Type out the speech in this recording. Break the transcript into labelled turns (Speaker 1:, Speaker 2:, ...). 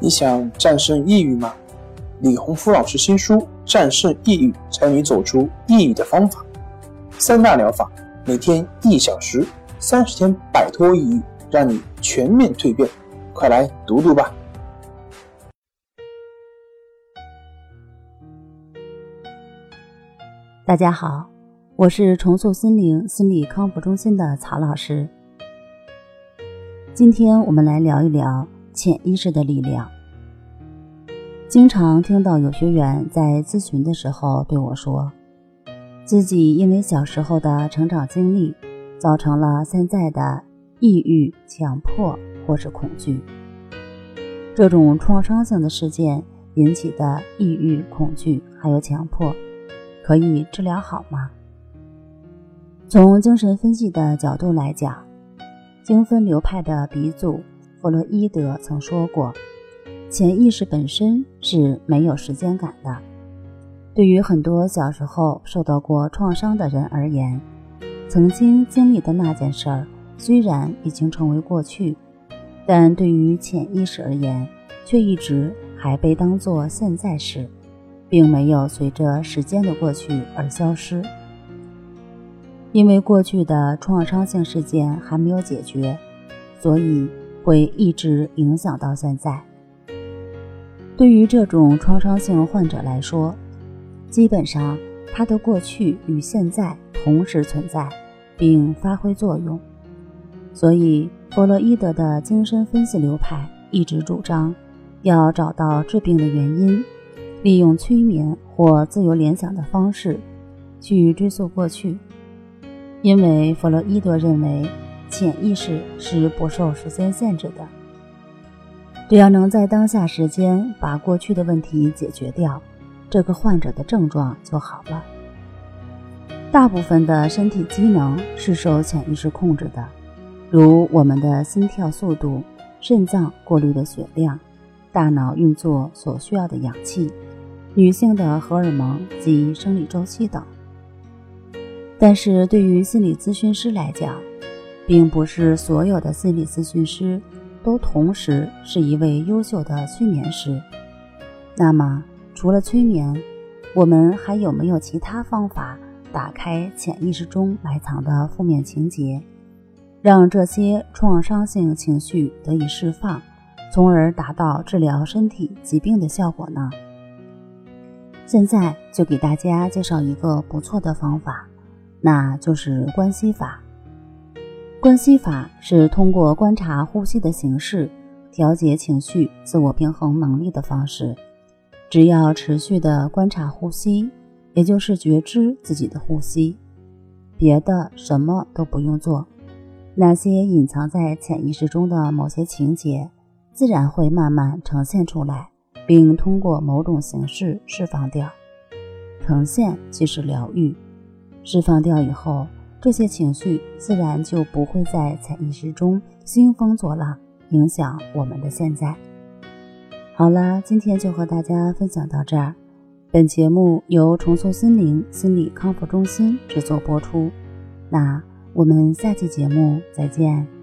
Speaker 1: 你想战胜抑郁吗？李洪福老师新书《战胜抑郁，教你走出抑郁的方法》，3大疗法，每天1小时，30天摆脱抑郁，让你全面蜕变。快来读读吧。
Speaker 2: 大家好，我是重塑心灵心理康复中心的曹老师。今天我们来聊一聊潜意识的力量。经常听到有学员在咨询的时候对我说，自己因为小时候的成长经历造成了现在的抑郁、强迫或是恐惧。这种创伤性的事件引起的抑郁、恐惧还有强迫可以治疗好吗？从精神分析的角度来讲，精分流派的鼻祖弗洛伊德曾说过，潜意识本身是没有时间感的。对于很多小时候受到过创伤的人而言，曾经经历的那件事儿虽然已经成为过去，但对于潜意识而言，却一直还被当作现在时，并没有随着时间的过去而消失。因为过去的创伤性事件还没有解决，所以会一直影响到现在。对于这种创伤性患者来说，基本上他的过去与现在同时存在并发挥作用，所以弗洛伊德的精神分析流派一直主张要找到治病的原因，利用催眠或自由联想的方式去追溯过去。因为弗洛伊德认为潜意识是不受时间限制的，只要能在当下时间把过去的问题解决掉，这个患者的症状就好了。大部分的身体机能是受潜意识控制的，如我们的心跳速度、肾脏过滤的血量、大脑运作所需要的氧气、女性的荷尔蒙及生理周期等。但是对于心理咨询师来讲，并不是所有的心理咨询师都同时是一位优秀的催眠师。那么除了催眠，我们还有没有其他方法打开潜意识中埋藏的负面情节，让这些创伤性情绪得以释放，从而达到治疗身体疾病的效果呢？现在就给大家介绍一个不错的方法，那就是观息法。观息法是通过观察呼吸的形式调节情绪自我平衡能力的方式。只要持续的观察呼吸，也就是觉知自己的呼吸，别的什么都不用做，那些隐藏在潜意识中的某些情节自然会慢慢呈现出来，并通过某种形式释放掉。呈现即是疗愈，释放掉以后，这些情绪自然就不会在潜意识中兴风作浪，影响我们的现在。好了，今天就和大家分享到这儿。本节目由重塑心灵心理康复中心制作播出。那我们下期节目再见。